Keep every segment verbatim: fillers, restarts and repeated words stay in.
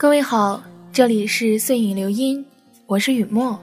各位好，这里是碎影流音，我是雨墨。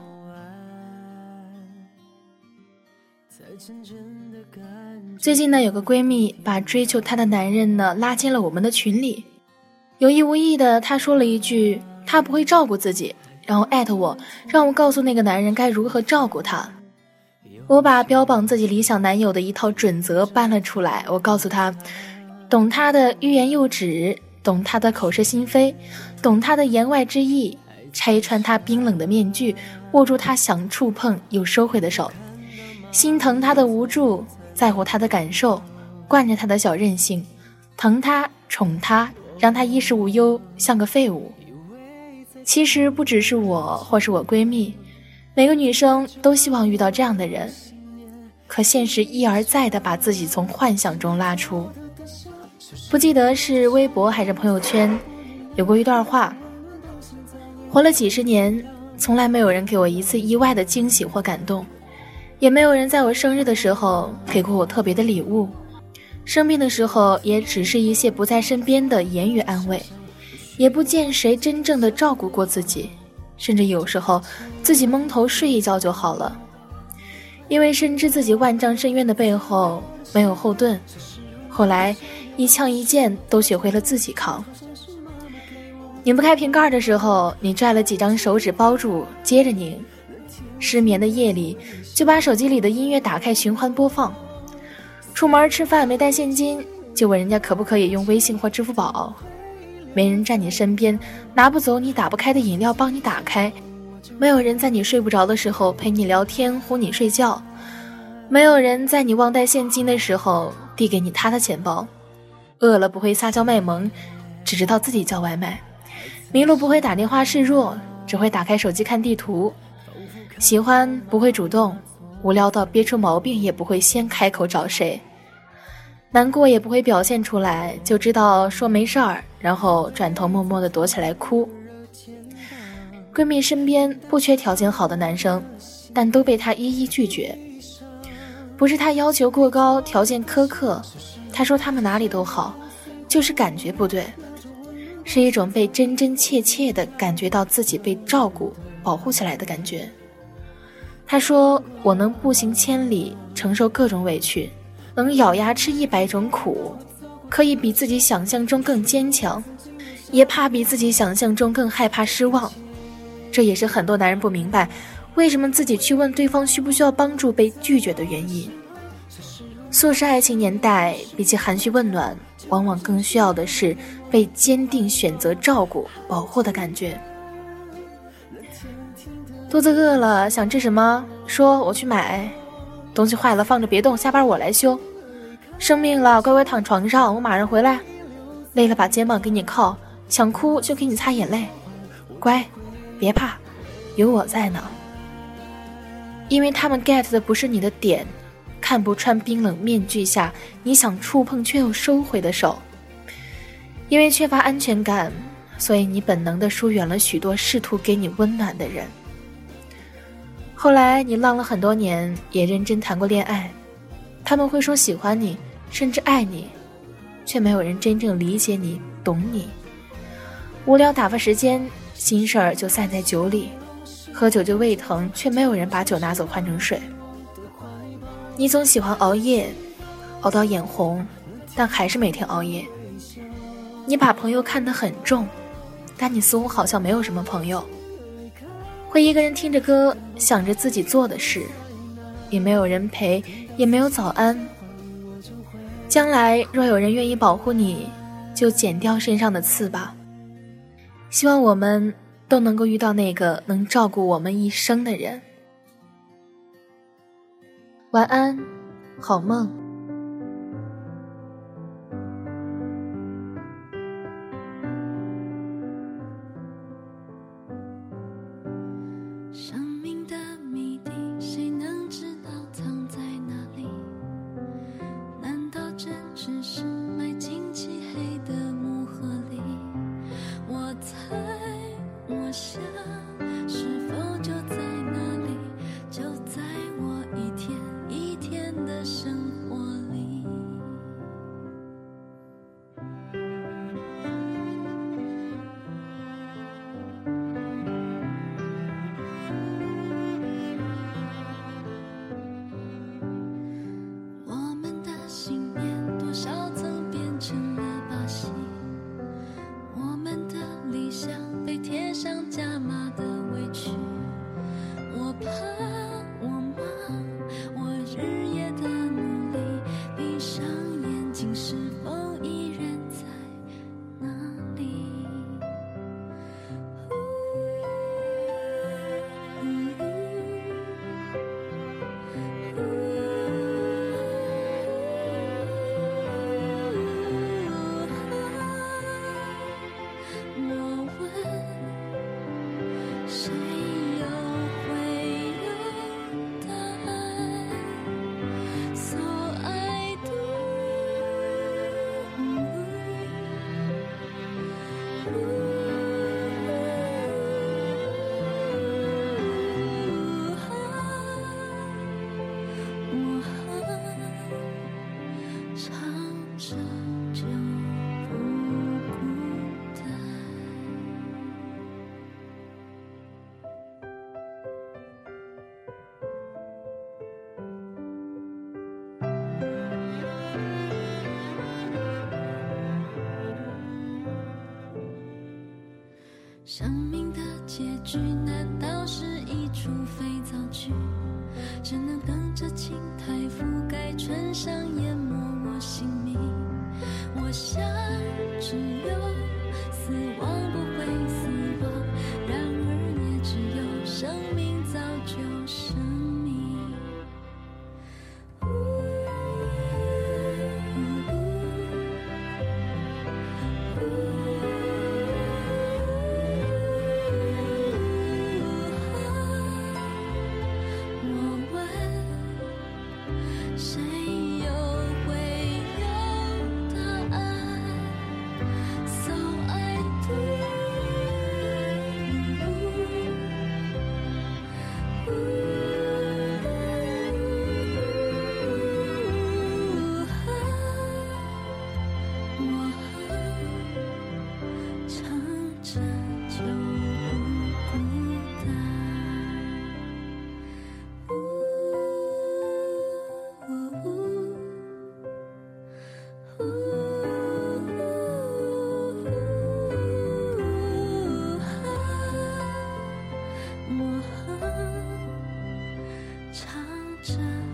最近呢，有个闺蜜把追求她的男人呢拉进了我们的群里，有意无意的她说了一句她不会照顾自己，然后艾特我，让我告诉那个男人该如何照顾她。我把标榜自己理想男友的一套准则搬了出来，我告诉他，懂他的欲言又止，懂他的口是心非，懂他的言外之意，拆穿他冰冷的面具，握住他想触碰又收回的手，心疼他的无助，在乎他的感受，惯着他的小任性，疼他宠他，让他衣食无忧，像个废物。其实不只是我或是我闺蜜，每个女生都希望遇到这样的人，可现实一而再地把自己从幻想中拉出。不记得是微博还是朋友圈，有过一段话，活了几十年，从来没有人给我一次意外的惊喜或感动，也没有人在我生日的时候给过我特别的礼物，生病的时候也只是一些不在身边的言语安慰，也不见谁真正的照顾过自己，甚至有时候自己蒙头睡一觉就好了。因为深知自己万丈深渊的背后没有后盾，后来一枪一剑都学会了自己扛。拧不开瓶盖的时候，你拽了几张手指包住接着拧，失眠的夜里就把手机里的音乐打开循环播放，出门吃饭没带现金就问人家可不可以用微信或支付宝，没人站你身边，拿不走你打不开的饮料帮你打开，没有人在你睡不着的时候陪你聊天哄你睡觉，没有人在你忘带现金的时候递给你他的钱包，饿了不会撒娇卖萌，只知道自己叫外卖，迷路不会打电话示弱，只会打开手机看地图，喜欢不会主动，无聊到憋出毛病也不会先开口找谁，难过也不会表现出来，就知道说没事儿，然后转头默默地躲起来哭。闺蜜身边不缺条件好的男生，但都被她一一拒绝。不是她要求过高，条件苛刻，她说他们哪里都好，就是感觉不对，是一种被真真切切地感觉到自己被照顾保护起来的感觉。她说，我能步行千里，承受各种委屈，能咬牙吃一百种苦，可以比自己想象中更坚强，也怕比自己想象中更害怕失望。这也是很多男人不明白为什么自己去问对方需不需要帮助被拒绝的原因。速食爱情年代，比起含蓄问暖，往往更需要的是被坚定选择照顾保护的感觉。肚子饿了想吃什么说我去买，东西坏了放着别动，下班我来修，生病了乖乖躺床上我马上回来，累了把肩膀给你靠，想哭就给你擦眼泪，乖别怕，有我在呢。因为他们 get 的不是你的点，看不穿冰冷面具下你想触碰却又收回的手。因为缺乏安全感，所以你本能地疏远了许多试图给你温暖的人。后来你浪了很多年，也认真谈过恋爱，他们会说喜欢你，甚至爱你，却没有人真正理解你懂你。无聊打发时间，心事儿就散在酒里，喝酒就胃疼，却没有人把酒拿走换成水。你总喜欢熬夜，熬到眼红，但还是每天熬夜。你把朋友看得很重，但你似乎好像没有什么朋友。会一个人听着歌，想着自己做的事，也没有人陪，也没有早安。将来若有人愿意保护你，就剪掉身上的刺吧。希望我们都能够遇到那个能照顾我们一生的人。晚安，好梦。 生命的谜底，谁能知道藏在哪里？难道真只是埋进漆黑的木盒里？我猜我想，是否就在那里，就在我一天一天的生活都是一出肥皂剧，只能等着青苔覆盖唇上，淹没我姓名。我想只有死亡不会死亡，然而也只有生命造就生命。唱着